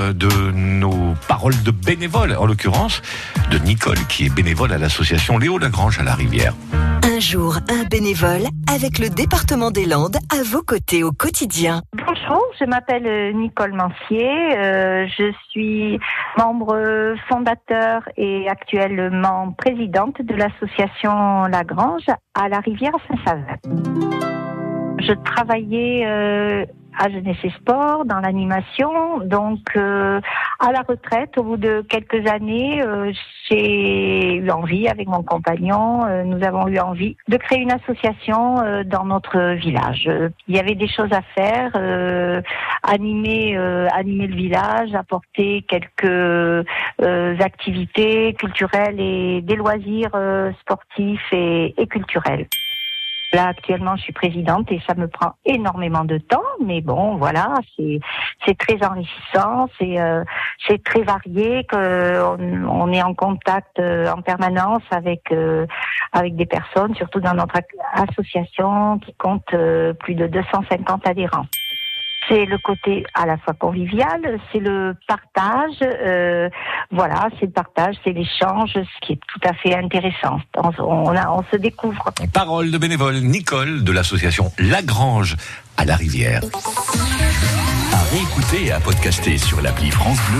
de nos paroles de bénévoles, en l'occurrence de Nicole, qui est bénévole à l'association Léo Lagrange à la Rivière. Un jour, un bénévole avec le département des Landes à vos côtés au quotidien. Bonjour, je m'appelle Nicole Mancier, je suis membre fondateur et actuellement présidente de l'association Lagrange à la Rivière Saint-Savin. Je travaillais à Jeunesse et Sport, dans l'animation, donc à la retraite, au bout de quelques années, j'ai eu envie, avec mon compagnon, nous avons eu envie de créer une association dans notre village. Il y avait des choses à faire, animer le village, apporter quelques activités culturelles et des loisirs sportifs et culturels. Là, actuellement, je suis présidente et ça me prend énormément de temps, mais bon, voilà, c'est très enrichissant, c'est très varié, on est en contact en permanence avec des personnes, surtout dans notre association qui compte plus de 250 adhérents. C'est le côté à la fois convivial, c'est le partage, c'est le partage, c'est l'échange, ce qui est tout à fait intéressant. On se découvre. Parole de bénévole Nicole de l'association Lagrange à la Rivière. À réécouter et à podcaster sur l'appli France Bleu.